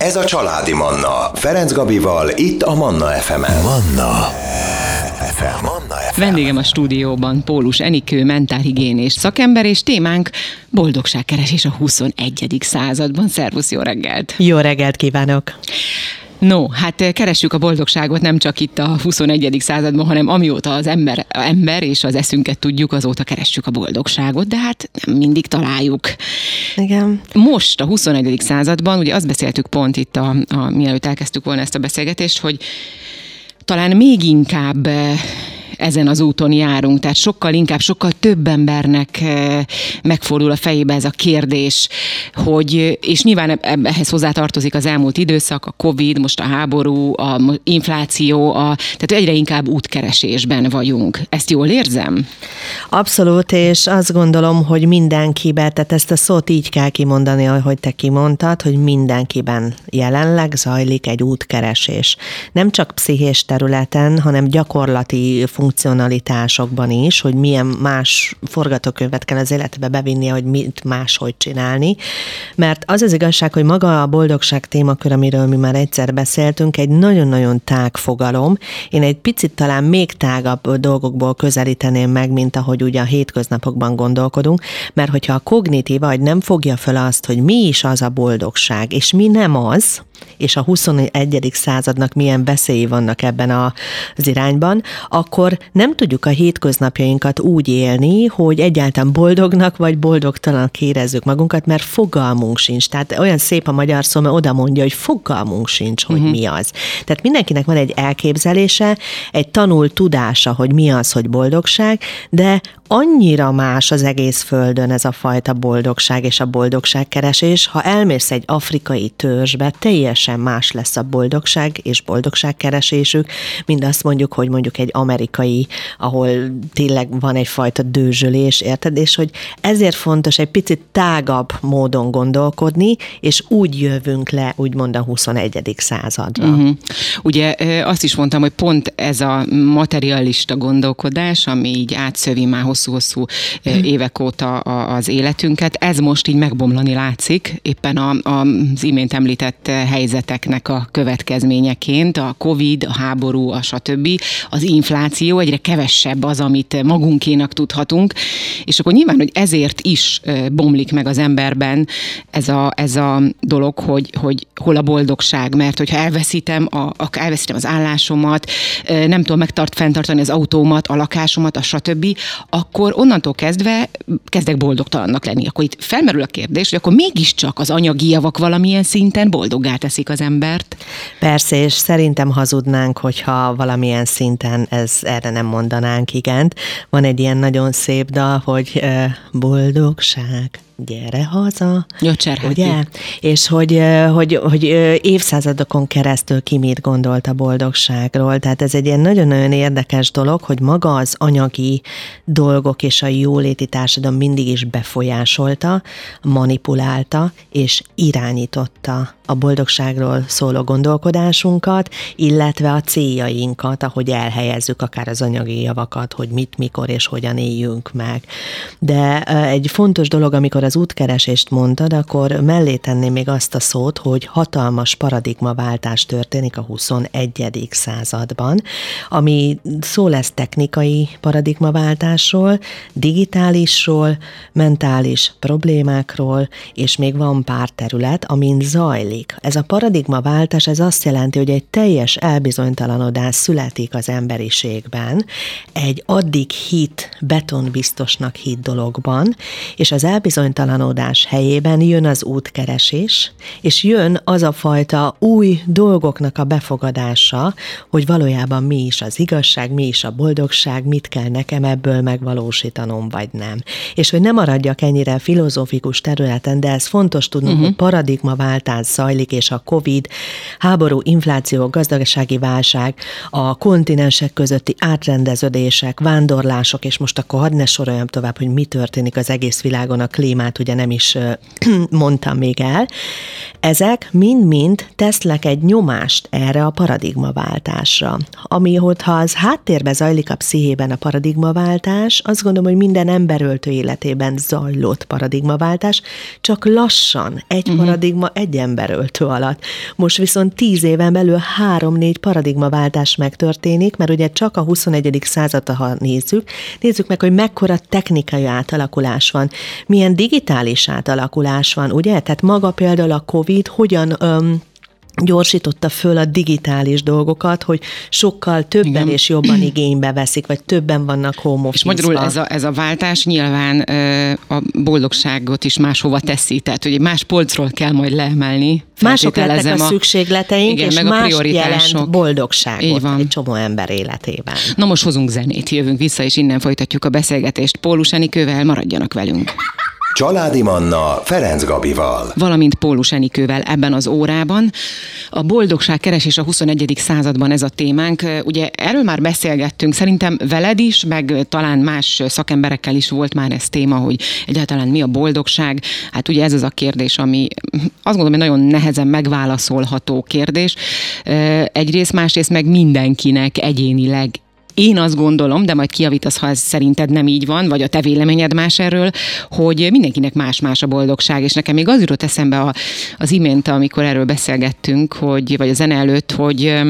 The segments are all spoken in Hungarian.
Ez a Családi Manna. Ferenc Gabival, itt a Manna FM-en. Manna FM. Vendégem a stúdióban Pólus Enikő, mentálhigiénés szakember, és témánk boldogságkeresés a 21. században. Szervusz, jó reggelt! Jó reggelt kívánok! No, hát keressük a boldogságot nem csak itt a 21. században, hanem amióta az ember és az eszünket tudjuk, azóta keressük a boldogságot, de hát nem mindig találjuk. Igen. Most a 21. században, ugye azt beszéltük pont itt, mielőtt elkezdtük volna ezt a beszélgetést, hogy talán még inkább ezen az úton járunk, tehát sokkal több embernek megfordul a fejébe ez a kérdés, hogy, és nyilván ehhez hozzátartozik az elmúlt időszak, a Covid, most a háború, a infláció, tehát egyre inkább útkeresésben vagyunk. Ezt jól érzem? Abszolút, és azt gondolom, hogy mindenkiben, tehát ezt a szót így kell kimondani, ahogy te kimondtad, hogy mindenkiben jelenleg zajlik egy útkeresés. Nem csak pszichés területen, hanem gyakorlati funkcionalitásokban is, hogy milyen más forgatókönyvet kell az életbe bevinnie, hogy mit máshogy csinálni. Mert az az igazság, hogy maga a boldogság témakör, amiről mi már egyszer beszéltünk, egy nagyon-nagyon tág fogalom. Én egy picit talán még tágabb dolgokból közelíteném meg, mint ahogy ugye a hétköznapokban gondolkodunk, mert hogyha a kognitív agy nem fogja föl azt, hogy mi is az a boldogság, és mi nem az, és a 21. századnak milyen veszélyi vannak ebben az irányban, akkor nem tudjuk a hétköznapjainkat úgy élni, hogy egyáltalán boldognak vagy boldogtalanak érezzük magunkat, mert fogalmunk sincs. Tehát olyan szép a magyar szó, mert oda mondja, hogy fogalmunk sincs, hogy mi az. Tehát mindenkinek van egy elképzelése, egy tanult tudása, hogy mi az, hogy boldogság, de annyira más az egész földön ez a fajta boldogság és a boldogságkeresés. Ha elmész egy afrikai törzsbe, teljesen más lesz a boldogság és boldogságkeresésük, mint azt mondjuk, hogy mondjuk egy amerikai, ahol tényleg van egyfajta dőzsölés, érted? És hogy ezért fontos egy picit tágabb módon gondolkodni, és úgy jövünk le, úgymond a 21. századra. Ugye azt is mondtam, hogy pont ez a materialista gondolkodás, ami így átszövi már hosszú-hosszú évek óta az életünket, ez most így megbomlani látszik, éppen az imént említett helyzeteknek a következményeként, a Covid, a háború, a stb., az infláció, egyre kevesebb az, amit magunkénak tudhatunk, és akkor nyilván, hogy ezért is bomlik meg az emberben ez a dolog, hogy hol a boldogság, mert hogyha elveszítem az állásomat, nem tudom fenntartani az autómat, a lakásomat, a stb., akkor onnantól kezdve kezdek boldogtalannak lenni. Akkor itt felmerül a kérdés, hogy akkor mégiscsak az anyagi javak valamilyen szinten boldoggá teszik az embert. Persze, és szerintem hazudnánk, hogyha valamilyen szinten erre nem mondanánk igent. Van egy ilyen nagyon szép dal, hogy boldogság, gyere haza. Ugye? És hogy évszázadokon keresztül ki mit gondolt a boldogságról. Tehát ez egy ilyen nagyon-nagyon érdekes dolog, hogy maga az anyagi dolgok és a jóléti társadalom mindig is befolyásolta, manipulálta és irányította a boldogságról szóló gondolkodásunkat, illetve a céljainkat, ahogy elhelyezzük akár az anyagi javakat, hogy mit, mikor és hogyan éljünk meg. De egy fontos dolog, amikor az útkeresést mondtad, akkor mellé tenném még azt a szót, hogy hatalmas paradigmaváltás történik a 21. században, ami szó lesz technikai paradigmaváltásról, digitálisról, mentális problémákról, és még van pár terület, amin zajlik. Ez a paradigmaváltás, ez azt jelenti, hogy egy teljes elbizonytalanodás születik az emberiségben, egy addig betonbiztosnak hitt dologban, és az elbizonytalanodás helyében jön az útkeresés, és jön az a fajta új dolgoknak a befogadása, hogy valójában mi is az igazság, mi is a boldogság, mit kell nekem ebből megvalósítanom, vagy nem. És hogy nem maradjak ennyire filozófikus területen, de ez fontos tudnunk, hogy paradigmaváltás zajlik, és a Covid, háború, infláció, gazdasági válság, a kontinensek közötti átrendeződések, vándorlások, és most akkor hadd ne soroljam tovább, hogy mi történik az egész világon a klímát témát ugye nem is mondtam még el. Ezek mind-mind tesznek egy nyomást erre a paradigmaváltásra. Ami, hogyha az háttérbe zajlik a pszichében a paradigmaváltás, azt gondolom, hogy minden emberöltő életében zajlott paradigmaváltás, csak lassan egy paradigma egy emberöltő alatt. Most viszont 10 éven belül 3-4 paradigmaváltás megtörténik, mert ugye csak a 21. századra, ha nézzük meg, hogy mekkora technikai átalakulás van, milyen digitális átalakulás van, ugye? Tehát maga például a COVID hogyan gyorsította föl a digitális dolgokat, hogy sokkal többen igen. és jobban igénybe veszik, vagy többen vannak home office-ba. És magyarul ez a váltás nyilván a boldogságot is máshova teszi, tehát hogy más polcról kell majd leemelni. Mások lettek a szükségleteink, igen, és meg más a jelent boldogságot egy csomó ember életében. Na most hozunk zenét, jövünk vissza, és innen folytatjuk a beszélgetést. Pólus Enikővel, maradjanak velünk. Családi Manna Ferenc Gabival. Valamint Pólus Enikővel ebben az órában. A boldogság keresés a 21. században ez a témánk. Ugye erről már beszélgettünk, szerintem veled is, meg talán más szakemberekkel is volt már ez téma, hogy egyáltalán mi a boldogság. Hát ugye ez az a kérdés, ami azt gondolom, hogy nagyon nehezen megválaszolható kérdés. Egyrészt, másrészt meg mindenkinek egyénileg. Én azt gondolom, de majd kijavítasz, ha ez szerinted nem így van, vagy a te véleményed más erről, hogy mindenkinek más-más a boldogság, és nekem még az jutott eszembe az imént, amikor erről beszélgettünk, vagy a zene előtt, hogy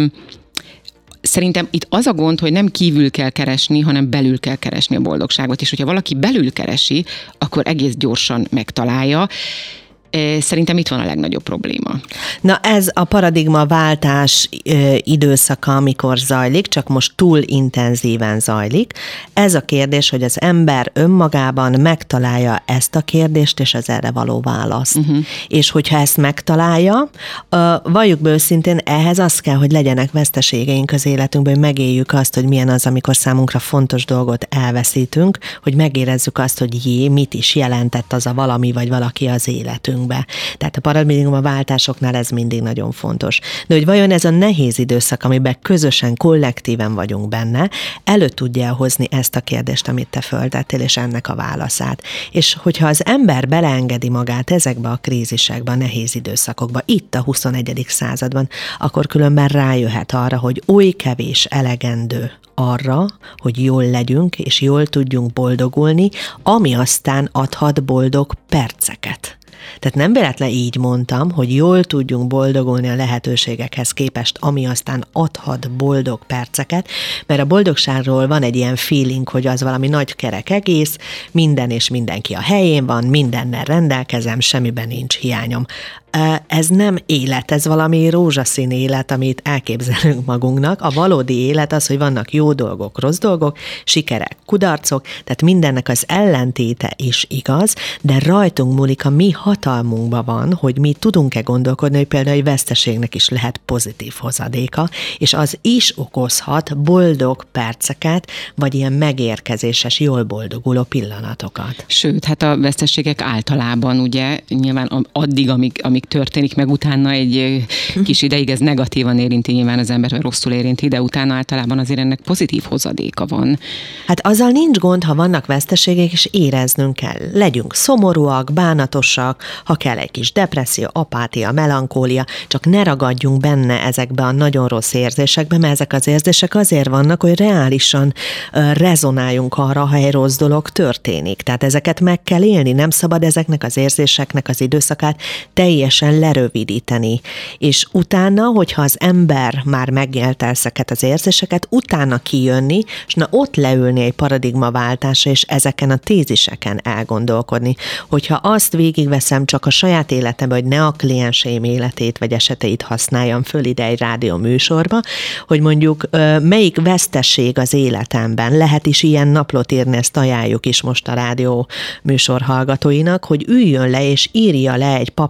szerintem itt az a gond, hogy nem kívül kell keresni, hanem belül kell keresni a boldogságot, és hogyha valaki belül keresi, akkor egész gyorsan megtalálja. Szerintem itt van a legnagyobb probléma. Na ez a paradigmaváltás időszaka, amikor zajlik, csak most túl intenzíven zajlik. Ez a kérdés, hogy az ember önmagában megtalálja ezt a kérdést, és az erre való választ. És hogyha ezt megtalálja, valljuk be őszintén, ehhez az kell, hogy legyenek veszteségeink az életünkben, hogy megéljük azt, hogy milyen az, amikor számunkra fontos dolgot elveszítünk, hogy megérezzük azt, hogy mit is jelentett az a valami vagy valaki az életünk. Tehát a paradigmaváltásoknál ez mindig nagyon fontos. De hogy vajon ez a nehéz időszak, amiben közösen, kollektíven vagyunk benne, elő tudja hozni ezt a kérdést, amit te föltettél, és ennek a válaszát. És hogyha az ember beleengedi magát ezekbe a krízisekbe, a nehéz időszakokba, itt a 21. században, akkor különben rájöhet arra, hogy oly kevés elegendő arra, hogy jól legyünk, és jól tudjunk boldogulni, ami aztán adhat boldog perceket. Tehát nem véletlen így mondtam, hogy jól tudjunk boldogulni a lehetőségekhez képest, ami aztán adhat boldog perceket, mert a boldogságról van egy ilyen feeling, hogy az valami nagy kerek egész, minden és mindenki a helyén van, mindennel rendelkezem, semmiben nincs hiányom. Ez nem élet, ez valami rózsaszín élet, amit elképzelünk magunknak. A valódi élet az, hogy vannak jó dolgok, rossz dolgok, sikerek, kudarcok, tehát mindennek az ellentéte is igaz, de rajtunk múlik, a mi hatalmunkban van, hogy mi tudunk-e gondolkodni, hogy például egy veszteségnek is lehet pozitív hozadéka, és az is okozhat boldog perceket, vagy ilyen megérkezéses, jól boldoguló pillanatokat. Sőt, hát a veszteségek általában ugye nyilván addig, amíg történik, meg utána egy kis ideig ez negatívan érinti nyilván az ember, vagy rosszul érinti, de utána általában azért ennek pozitív hozadéka van. Hát azzal nincs gond, ha vannak veszteségek, és éreznünk kell. Legyünk szomorúak, bánatosak, ha kell egy kis depresszió, apátia, melankólia, csak ne ragadjunk benne ezekbe a nagyon rossz érzésekbe, mert ezek az érzések azért vannak, hogy reálisan rezonáljunk arra, ha egy rossz dolog történik. Tehát ezeket meg kell élni, nem szabad ezeknek az érzéseknek az időszakát teljesen lerövidíteni. És utána, hogyha az ember már megélte ezeket az érzéseket, utána kijönni, és na ott leülni egy paradigmaváltásra, és ezeken a téziseken elgondolkodni. Hogyha azt végigveszem csak a saját életemben, hogy ne a klienseim életét vagy eseteit használjam föl ide egy rádió műsorba, hogy mondjuk melyik veszteség az életemben, lehet is ilyen naplót írni, ezt ajánljuk is most a rádió műsor hallgatóinak, hogy üljön le és írja le egy papírra,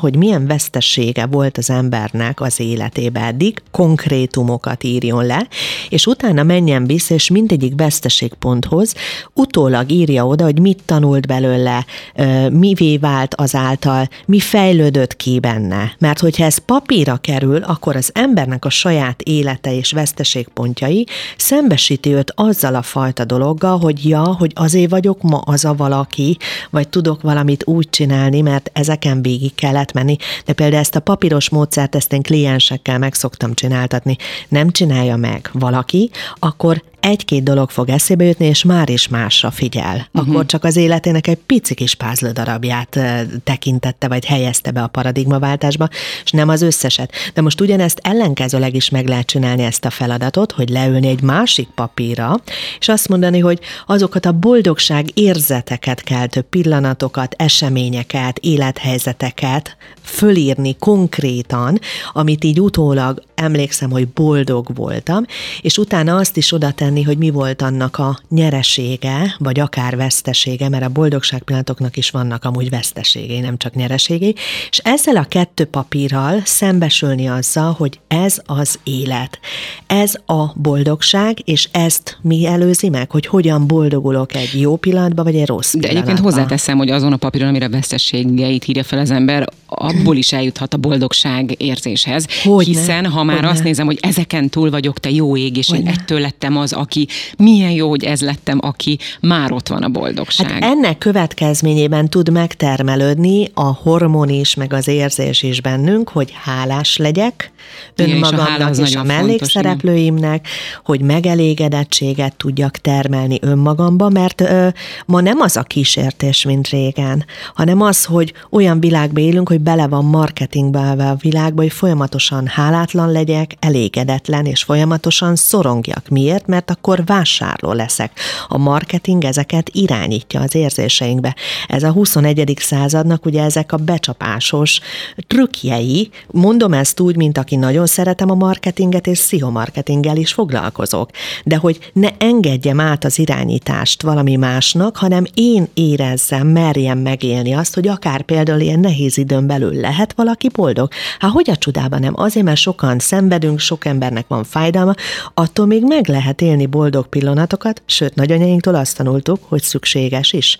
hogy milyen vesztesége volt az embernek az életében eddig, konkrétumokat írjon le, és utána menjen vissza, és mindegyik veszteségponthoz utólag írja oda, hogy mit tanult belőle, mivé vált azáltal, mi fejlődött ki benne. Mert hogyha ez papírra kerül, akkor az embernek a saját élete és veszteségpontjai szembesíti őt azzal a fajta dologgal, hogy azért vagyok ma az a valaki, vagy tudok valamit úgy csinálni, mert ezeken végig kellett menni. De például ezt a papíros módszert, ezt én kliensekkel meg szoktam csináltatni. Nem csinálja meg valaki, akkor egy-két dolog fog eszébe jutni, és már is másra figyel. Akkor csak az életének egy pici kis pázl darabját tekintette, vagy helyezte be a paradigmaváltásba, és nem az összeset. De most ugyanezt ellenkezőleg is meg lehet csinálni ezt a feladatot, hogy leülni egy másik papírra, és azt mondani, hogy azokat a boldogság érzeteket keltő pillanatokat, eseményeket, élethelyzeteket fölírni konkrétan, amit így utólag emlékszem, hogy boldog voltam, és utána azt is oda tenni, hogy mi volt annak a nyeresége, vagy akár vesztesége, mert a boldogság pillanatoknak is vannak amúgy veszteségei, nem csak nyereségei, és ezzel a 2 papírral szembesülni azzal, hogy ez az élet, ez a boldogság, és ezt mi előzi meg, hogy hogyan boldogulok egy jó pillanatban, vagy egy rossz pillanatban. De egyébként hozzáteszem, hogy azon a papíron, amire veszteségeit írja fel az ember, abból is eljuthat a boldogság érzéshez, hiszen ha már azt nézem, hogy ezeken túl vagyok, te jó ég, és én ettől lettem az, aki milyen jó, hogy ez lettem, aki már ott van a boldogság. Hát ennek következményében tud megtermelődni a hormon is, meg az érzés is bennünk, hogy hálás legyek önmagamnak és a mellékszereplőimnek, hogy megelégedettséget tudjak termelni önmagamba, mert ma nem az a kísértés, mint régen, hanem az, hogy olyan világba élünk, hogy bele van marketingbe a világba, hogy folyamatosan hálátlan legyek, elégedetlen, és folyamatosan szorongjak. Miért? Mert akkor vásárló leszek. A marketing ezeket irányítja az érzéseinkbe. Ez a 21. századnak ugye ezek a becsapásos trükkjei. Mondom ezt úgy, mint aki nagyon szeretem a marketinget, és pszichomarketinggel is foglalkozok. De hogy ne engedjem át az irányítást valami másnak, hanem én érezzem, merjem megélni azt, hogy akár például ilyen nehéz időn belül lehet valaki boldog. Hát hogy a csodában nem? Azért, mert sokan szenvedünk, sok embernek van fájdalma, attól még meg lehet élni boldog pillanatokat, sőt, nagyanyáinktól azt tanultuk, hogy szükséges is.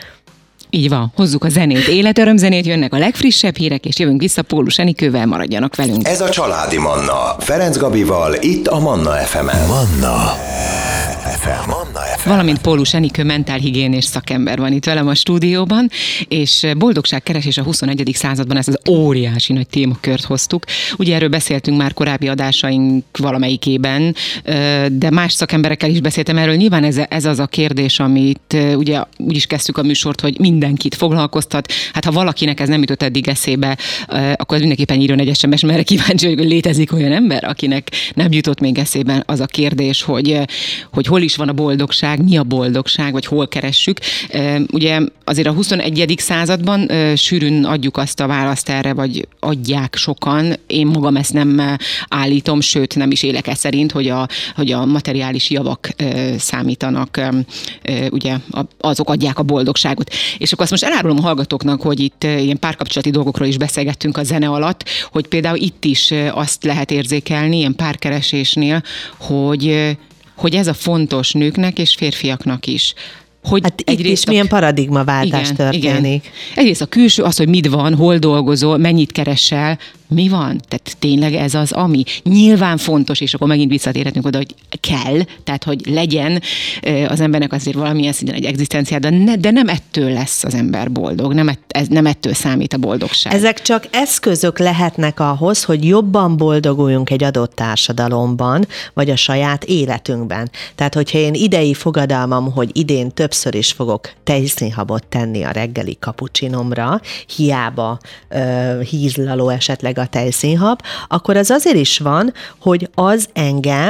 Így van, hozzuk a zenét, életörömzenét, jönnek a legfrissebb hírek, és jövünk vissza Pólus Enikővel, maradjanak velünk. Ez a Családi Manna, Ferenc Gabival, itt a Manna FM-en. Manna FM. Valamint Pólus Enikő mentálhigiénés szakember van itt velem a stúdióban, és boldogságkeresés a 21. században, ezt az óriási nagy témakört hoztuk. Ugye erről beszéltünk már korábbi adásaink valamelyikében, de más szakemberekkel is beszéltem erről. Nyilván ez az a kérdés, amit ugye úgy is kezdtük a műsort, hogy mindenkit foglalkoztat. Hát ha valakinek ez nem jutott eddig eszébe, akkor mindenképpen írjon egy SMS, mert kíváncsi vagyok, hogy létezik olyan ember, akinek nem jutott még eszében az a kérdés, hogy hol is van a boldogság, mi a boldogság, vagy hol keressük. Ugye azért a 21. században sűrűn adjuk azt a választ erre, vagy adják sokan. Én magam ezt nem állítom, sőt nem is élek szerint, hogy a materiális javak számítanak, ugye azok adják a boldogságot. És akkor azt most elárulom a hallgatóknak, hogy itt ilyen párkapcsolati dolgokról is beszélgettünk a zene alatt, hogy például itt is azt lehet érzékelni, ilyen párkeresésnél, hogy ez a fontos nőknek és férfiaknak is. Hogy hát itt is milyen paradigmaváltás történik. Igen. Egyrészt a külső, az, hogy mit van, hol dolgozol, mennyit keresel, mi van? Tehát tényleg ez az, ami nyilván fontos, és akkor megint visszatérhetünk oda, hogy kell, tehát hogy legyen az embernek azért valamilyen szinten egy egzisztenciája, de nem ettől lesz az ember boldog, nem ettől számít a boldogság. Ezek csak eszközök lehetnek ahhoz, hogy jobban boldoguljunk egy adott társadalomban, vagy a saját életünkben. Tehát, hogyha én idei fogadalmam, hogy idén többször is fogok tejszínhabot tenni a reggeli kapucsinomra, hiába hízlaló esetleg a tejszínhab, akkor az azért is van, hogy az engem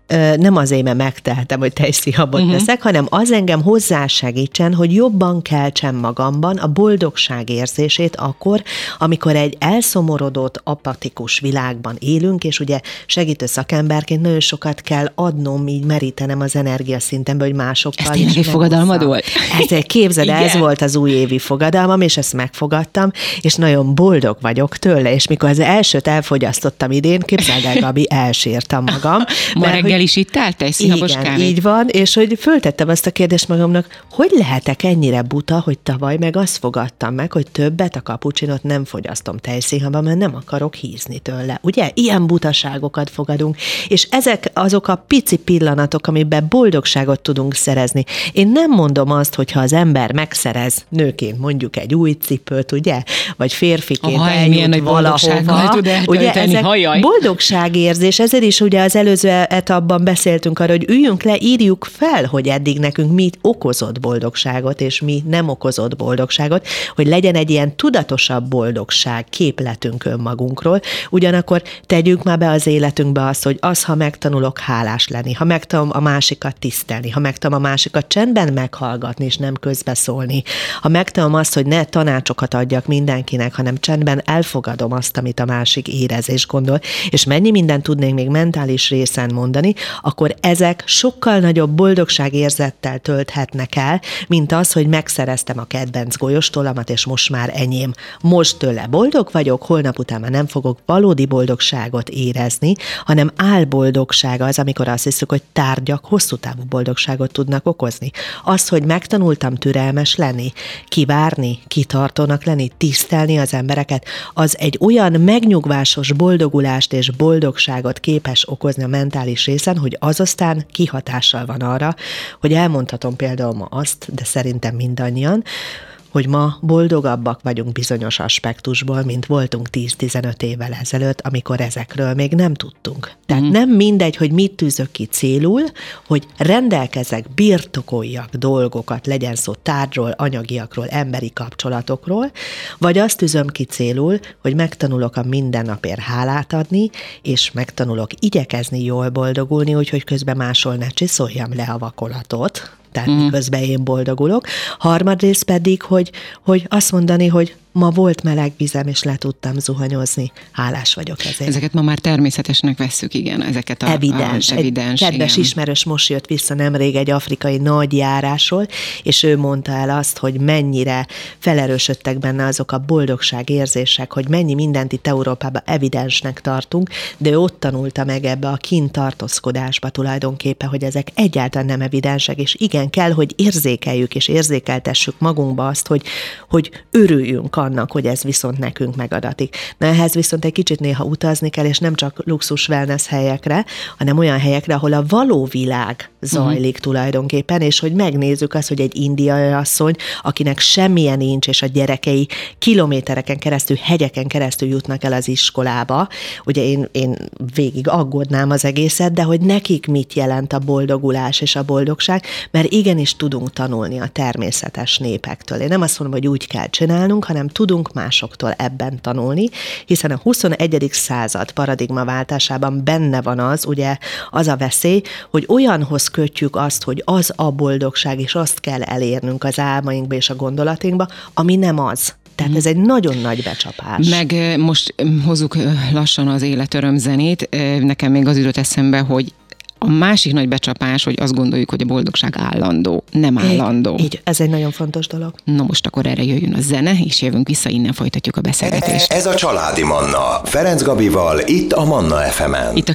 nem azért, mert megtehetem, hogy tejszínhabot teszek, hanem az engem hozzásegítsen, hogy jobban keltsem magamban a boldogság érzését akkor, amikor egy elszomorodott, apatikus világban élünk, és ugye segítő szakemberként nagyon sokat kell adnom, így merítenem az energiaszintembe, hogy másokkal is. Ez tényleg egy fogadalmad volt? Képzeld, ez volt az újévi fogadalmam, és ezt megfogadtam, és nagyon boldog vagyok tőle, és mikor az elsőt elfogyasztottam idén, képzeld el, Gabi, elsírtam magam. Ma reggel is ittál tejszínhabos kávét? Igen, így van, és hogy föltettem azt a kérdést magamnak, hogy lehetek ennyire buta, hogy tavaly meg azt fogadtam meg, hogy többet a kapucsinot nem fogyasztom tejszínhabban, mert nem akarok hízni tőle. Ugye? Ilyen butaságokat fogadunk, és ezek azok a pici pillanatok, amiben boldogságot tudunk szerezni. Én nem mondom azt, hogyha az ember megszerez nőként mondjuk egy új cipőt, ugye? Vagy férfiként eljut valahova. Ugye ezek boldogságérzés, ezért is ugye az előző etapban beszéltünk arra, hogy üljünk le, írjuk fel, hogy eddig nekünk mi okozott boldogságot, és mi nem okozott boldogságot, hogy legyen egy ilyen tudatosabb boldogság képletünk önmagunkról. Ugyanakkor tegyük már be az életünkbe azt, hogy ha megtanulok hálás lenni, ha megtanulom a másikat tisztelni, ha megtanulom a másikat csendben meghallgatni, és nem közbeszólni, ha megtanulom azt, hogy ne tanácsokat adjak mindenkinek, hanem csendben elfogadom azt, amit a másik érez és gondol, és mennyi mindent tudnék még mentális részen mondani, akkor ezek sokkal nagyobb boldogságérzettel tölthetnek el, mint az, hogy megszereztem a kedvenc golyóstollamat, és most már enyém. Most tőle boldog vagyok, holnap után már nem fogok valódi boldogságot érezni, hanem álboldogság az, amikor azt hiszük, hogy tárgyak hosszú távú boldogságot tudnak okozni. Az, hogy megtanultam türelmes lenni, kivárni, kitartónak lenni, tisztelni az embereket, az egy olyan megnyugvásos boldogulást és boldogságot képes okozni a mentális részen, hogy az aztán kihatással van arra, hogy elmondhatom például ma azt, de szerintem mindannyian, hogy ma boldogabbak vagyunk bizonyos aspektusból, mint voltunk 10-15 évvel ezelőtt, amikor ezekről még nem tudtunk. Tehát nem mindegy, hogy mit tűzök ki célul, hogy rendelkezek, birtokoljak dolgokat, legyen szó tárgyról, anyagiakról, emberi kapcsolatokról, vagy azt tűzöm ki célul, hogy megtanulok a mindennapért hálát adni, és megtanulok igyekezni jól boldogulni, úgyhogy közben máshol ne csiszoljam le a vakolatot, tehát miközben én boldogulok. Harmadrészt pedig, hogy azt mondani, hogy ma volt meleg vizem, és le tudtam zuhanyozni. Hálás vagyok ezért. Ezeket ma már természetesnek vesszük, igen, ezeket evidens. Evidens, kedves igen. ismerős most jött vissza nemrég egy afrikai nagy járásról, és ő mondta el azt, hogy mennyire felerősödtek benne azok a boldogságérzések, hogy mennyi mindent itt Európában evidensnek tartunk, de ő ott tanulta meg ebbe a kintartózkodásba tulajdonképpen, hogy ezek egyáltalán nem evidensek, és igen, kell, hogy érzékeljük és érzékeltessük magunkba azt, hogy örüljünk annak, hogy ez viszont nekünk megadatik. Na ehhez viszont egy kicsit néha utazni kell, és nem csak luxus wellness helyekre, hanem olyan helyekre, ahol a való világ zajlik tulajdonképpen, és hogy megnézzük azt, hogy egy indiai asszony, akinek semmilyen nincs, és a gyerekei kilométereken keresztül, hegyeken keresztül jutnak el az iskolába. Ugye én végig aggódnám az egészet, de hogy nekik mit jelent a boldogulás és a boldogság, mert igenis tudunk tanulni a természetes népektől. Én nem azt mondom, hogy úgy kell csinálnunk, hanem tudunk másoktól ebben tanulni, hiszen a 21. század paradigmaváltásában benne van az, ugye az a veszély, hogy olyanhoz kötjük azt, hogy az a boldogság, és azt kell elérnünk az álmainkba és a gondolatinkba, ami nem az. Tehát ez egy nagyon nagy becsapás. Meg most hozzuk lassan az életörömzenét. Nekem még az jutott eszembe, hogy a másik nagy becsapás, hogy azt gondoljuk, hogy a boldogság állandó, nem állandó. Így, ez egy nagyon fontos dolog. Na most akkor erre jöjjön a zene, és jövünk vissza, innen folytatjuk a beszélgetést. Ez a Családi Manna. Ferenc Gabival, itt a Manna FM-en. Itt a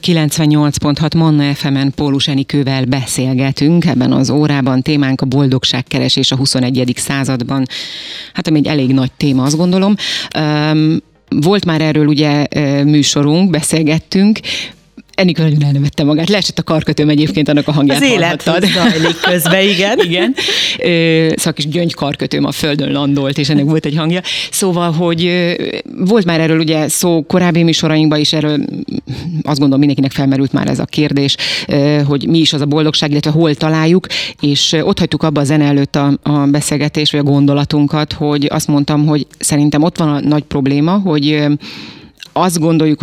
98.6 Manna FM-en Pólus Enikővel beszélgetünk. Ebben az órában témánk a boldogságkeresés a 21. században. Hát ami egy elég nagy téma, azt gondolom. Volt már erről ugye műsorunk, beszélgettünk. Enikő nagyon elnevette magát. Leesett a karkötőm egyébként, annak a hangját az hallhattad. Az élet zajlik közben, igen. Igen. Szóval kis gyöngykarkötőm a földön landolt, és ennek volt egy hangja. Szóval, hogy volt már erről ugye szó korábbi műsorainkban is, erről azt gondolom mindenkinek felmerült már ez a kérdés, hogy mi is az a boldogság, illetve hol találjuk, és ott hagytuk abba a zene előtt a beszélgetést, vagy a gondolatunkat, hogy azt mondtam, hogy szerintem ott van a nagy probléma, hogy azt gondoljuk, hogy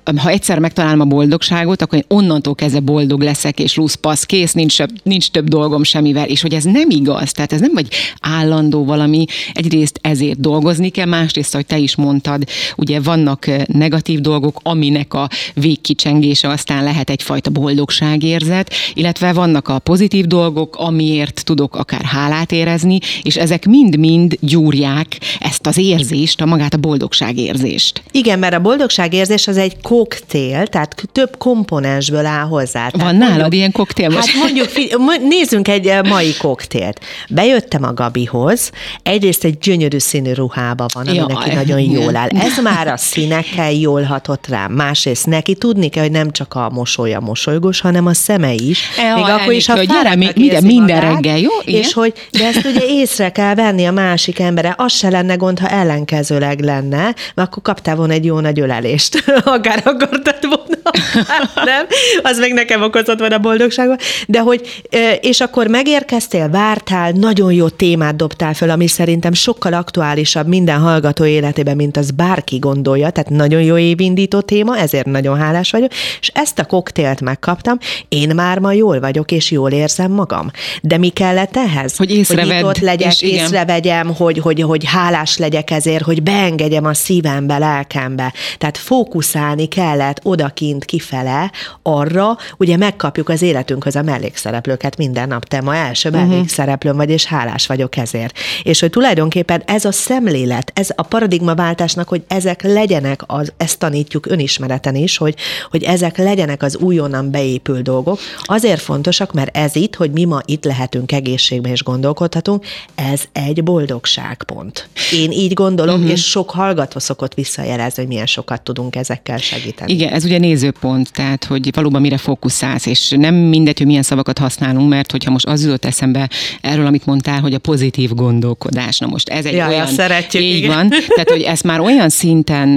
ha egyszer megtalálom a boldogságot, akkor én onnantól kezdve boldog leszek, és lusz-passz, kész, nincs több dolgom semmivel, és hogy ez nem igaz, tehát ez nem vagy állandó valami, egyrészt ezért dolgozni kell, másrészt, ahogy te is mondtad, ugye vannak negatív dolgok, aminek a végkicsengése aztán lehet egyfajta boldogságérzet, illetve vannak a pozitív dolgok, amiért tudok akár hálát érezni, és ezek mind-mind gyúrják ezt az érzést, magát a boldogságérzést. Igen, mert a boldogságérzés az egy koktél, tehát több komponensből áll hozzá. Van nálad ilyen koktél most? Hát mondjuk, nézzünk egy mai koktélt. Bejöttem a Gabihoz, egyrészt egy gyönyörű színű ruhába van, ami neki nagyon jól áll. Ez már a színekkel jól hatott rám. Másrészt neki tudni kell, hogy nem csak a mosolya mosolygós, hanem a szeme is. Még akkor is, ha minden reggel, jó? És hogy, de ezt ugye észre kell venni a másik embere. Az se lenne gond, ha ellenkezőleg lenne, mert akkor kaptál volna egy jó nagy ölelést. Akár akartad volna. Nem? Az meg nekem okozott volna a boldogságban. De hogy, és akkor megérkeztél, vártál, nagyon jó témát dobtál föl, ami szerintem sokkal aktuálisabb minden hallgató életében, mint az bárki gondolja, tehát nagyon jó évindító téma, ezért nagyon hálás vagyok, és ezt a koktélt megkaptam, én már ma jól vagyok, és jól érzem magam. De mi kellett ehhez? Hogy észrevedd. Hogy legyek, észrevegyem, hogy hálás legyek ezért, hogy beengedjem a szívembe, lelkembe. Tehát fókuszálni kellett odakint kifele arra, ugye megkapjuk az életünkhöz a mellékszereplőket minden nap. Te ma első mellékszereplőm vagy, és hálás vagyok ezért. És hogy tulajdonképpen ez a szemlélet, ez a paradigmaváltásnak, hogy ezek legyenek, ezt tanítjuk önismereten is, hogy ezek legyenek az újonnan beépült dolgok. Azért fontosak, mert ez itt, hogy mi ma itt lehetünk egészségben és gondolkodhatunk, ez egy boldogságpont. Én így gondolom, és sok hallgató szokott visszajelezni, hogy milyen sokat tudunk ezekkel segíteni. Igen, ez ugye nézőpont, tehát hogy valóban mire fókuszálsz, és nem mindegy, hogy milyen szavakat használunk, mert hogyha most az jutott eszembe erről, amit mondtál, hogy a pozitív gondolkodás. Na most ez egy olyan... szeretjük, így van, tehát hogy ezt már olyan szinten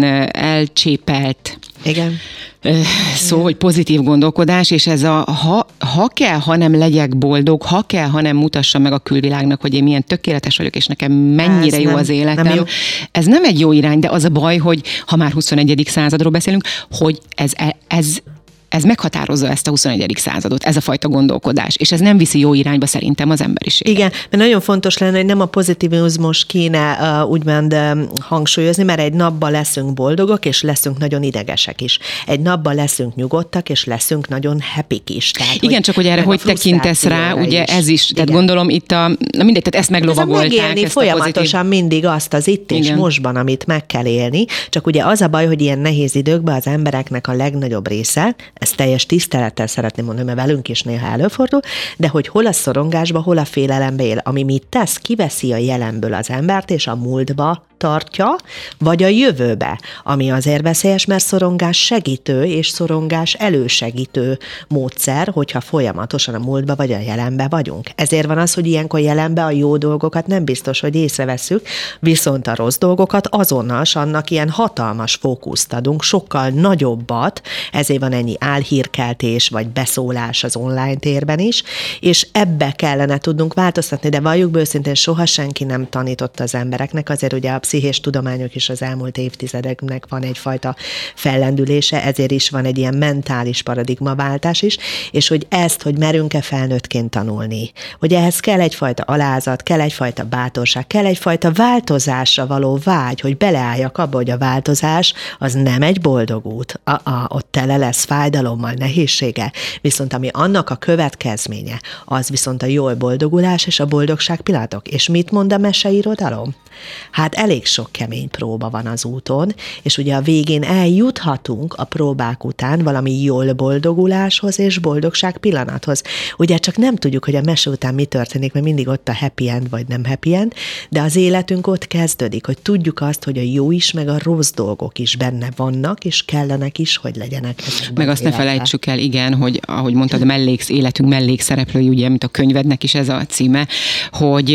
elcsépelt igen. Szó, hogy pozitív gondolkodás, és ez a ha kell, ha nem legyek boldog, ha kell, ha nem mutassam meg a külvilágnak, hogy én milyen tökéletes vagyok, és nekem mennyire jó az életem. Nem jó. Ez nem egy jó irány, de az a baj, hogy ha már 21. századról beszélünk, hogy ez meghatározza ezt a 21. századot, ez a fajta gondolkodás, és ez nem viszi jó irányba szerintem az emberiség. Igen, mert nagyon fontos lenne, hogy nem a pozitivizmus kéne úgymond hangsúlyozni, mert egy napban leszünk boldogok, és leszünk nagyon idegesek is. Egy napban leszünk nyugodtak, és leszünk nagyon happyk is. Tehát, igen, csak hogy erre hogy tekintesz rá, ugye is. Ez is, tehát gondolom itt mindegy, tehát ezt meglovagolták. Ez megélni folyamatosan mindig azt az itt és mostban, amit meg kell élni, csak ugye az a baj, hogy ilyen nehéz időkben az embereknek a legnagyobb része, ezt teljes tisztelettel szeretném mondani, mert velünk is néha előfordul, de hogy hol a szorongásba, hol a félelembe él. Ami mit tesz, kiveszi a jelenből az embert, és a múltba tartja, vagy a jövőbe, ami azért veszélyes, mert szorongás segítő és szorongás elősegítő módszer, hogyha folyamatosan a múltba vagy a jelenbe vagyunk. Ezért van az, hogy ilyenkor jelenbe a jó dolgokat nem biztos, hogy észrevesszük, viszont a rossz dolgokat azonnal annak ilyen hatalmas fókuszt adunk, sokkal nagyobbat, ezért van ennyi álhírkeltés vagy beszólás az online térben is, és ebbe kellene tudnunk változtatni, de valljuk be őszintén, soha senki nem tanította az embereknek, azért ugye a pszichés tudományok is az elmúlt évtizedeknek van egyfajta fellendülése, ezért is van egy ilyen mentális paradigmaváltás is, és hogy ezt, hogy merünk-e felnőttként tanulni, hogy ehhez kell egyfajta alázat, kell egyfajta bátorság, kell egyfajta változásra való vágy, hogy beleálljak abba, hogy a változás az nem egy boldog út. Ott tele lesz fájdalommal, nehézsége, viszont ami annak a következménye, az viszont a jól boldogulás és a boldogság pillanatok. És mit mond a meseirodalom? Hát elég sok kemény próba van az úton, és ugye a végén eljuthatunk a próbák után valami jól boldoguláshoz és boldogság pillanathoz. Ugye csak nem tudjuk, hogy a mese után mi történik, mert mindig ott a happy end vagy nem happy end, de az életünk ott kezdődik, hogy tudjuk azt, hogy a jó is, meg a rossz dolgok is benne vannak, és kellenek is, hogy legyenek. Meg azt ne felejtsük el, igen, hogy ahogy mondtad, a életünk mellékszereplői, ugye, mint a könyvednek is ez a címe, hogy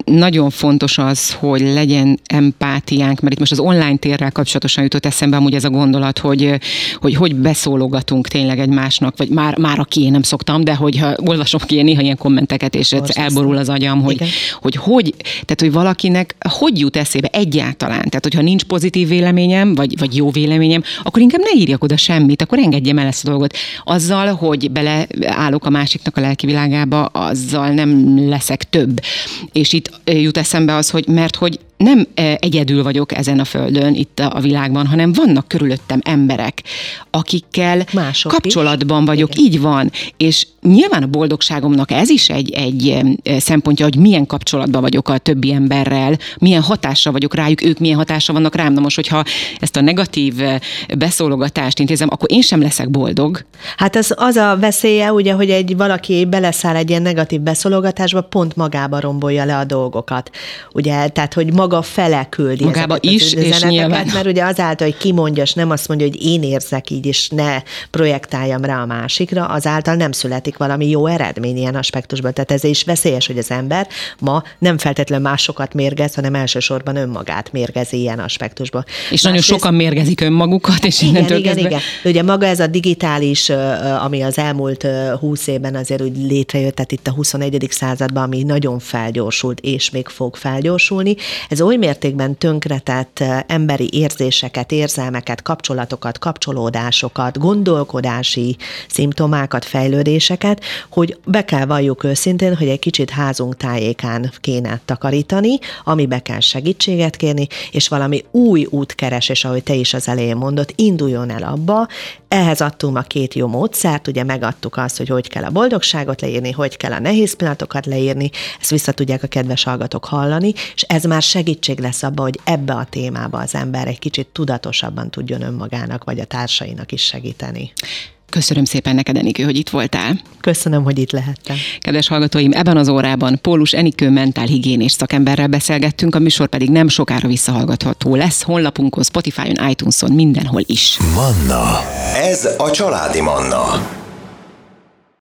nagyon fontos az, hogy legyen empátiánk, mert itt most az online térrel kapcsolatosan jutott eszembe amúgy ez a gondolat, hogy beszólogatunk tényleg egymásnak, vagy már aki én nem szoktam, de hogyha olvasom ki néha ilyen kommenteket, és elborul az agyam, hogy tehát, hogy valakinek hogy jut eszébe egyáltalán. Tehát, hogyha nincs pozitív véleményem, vagy jó véleményem, akkor inkább ne írjak oda semmit, akkor engedjem el ezt a dolgot. Azzal, hogy beleállok a másiknak a lelki világába, azzal nem leszek több. És itt jut eszembe az, hogy mert hogy nem egyedül vagyok ezen a földön, itt a világban, hanem vannak körülöttem emberek, akikkel mások kapcsolatban is vagyok. Igen. Így van. És nyilván a boldogságomnak ez is egy szempontja, hogy milyen kapcsolatban vagyok a többi emberrel, milyen hatásra vagyok rájuk, ők milyen hatásra vannak rám. Na most, hogyha ezt a negatív beszólogatást intézem, akkor én sem leszek boldog. Hát az a veszélye, ugye, hogy valaki beleszáll egy ilyen negatív beszólogatásba, pont magába rombolja le a dolgokat. Ugye, tehát, hogy maga fele küldi magába is, és nyilván. Mert ugye azáltal, hogy kimondja, és nem azt mondja, hogy én érzek így, és ne projektáljam rá a másikra, azáltal nem születik valami jó eredmény ilyen aspektusban. Tehát ez is veszélyes, hogy az ember ma nem feltétlenül másokat mérgez, hanem elsősorban önmagát mérgezi ilyen aspektusban. És nagyon sokan mérgezik önmagukat, és igen. Ugye maga ez a digitális, ami az elmúlt 20 évben azért úgy létrejött, tehát itt a 21. században, ami nagyon felgyorsult, és még fog felgyorsulni, ez oly mértékben tönkretett emberi érzéseket, érzelmeket, kapcsolatokat, kapcsolódásokat, gondolkodási szimptomákat, fejlődéseket, hogy be kell valljuk őszintén, hogy egy kicsit házunk tájékán kéne takarítani, amibe kell segítséget kérni, és valami új útkeresés, ahogy te is az elején mondod, induljon el abba. Ehhez adtunk a 2 jó módszert, ugye megadtuk azt, hogy kell a boldogságot leírni, hogy kell a nehéz pillanatokat leírni, ezt vissza tudják a kedves hallgatók hallani, és ez már segítség lesz abba, hogy ebbe a témába az ember egy kicsit tudatosabban tudjon önmagának, vagy a társainak is segíteni. Köszönöm szépen neked, Enikő, hogy itt voltál. Köszönöm, hogy itt lehettem. Kedves hallgatóim, ebben az órában Pólus Enikő mentálhigiénés szakemberrel beszélgettünk, a műsor pedig nem sokára visszahallgatható lesz honlapunkon, Spotify-on, iTunes-on, mindenhol is. Manna. Ez a Családi Manna.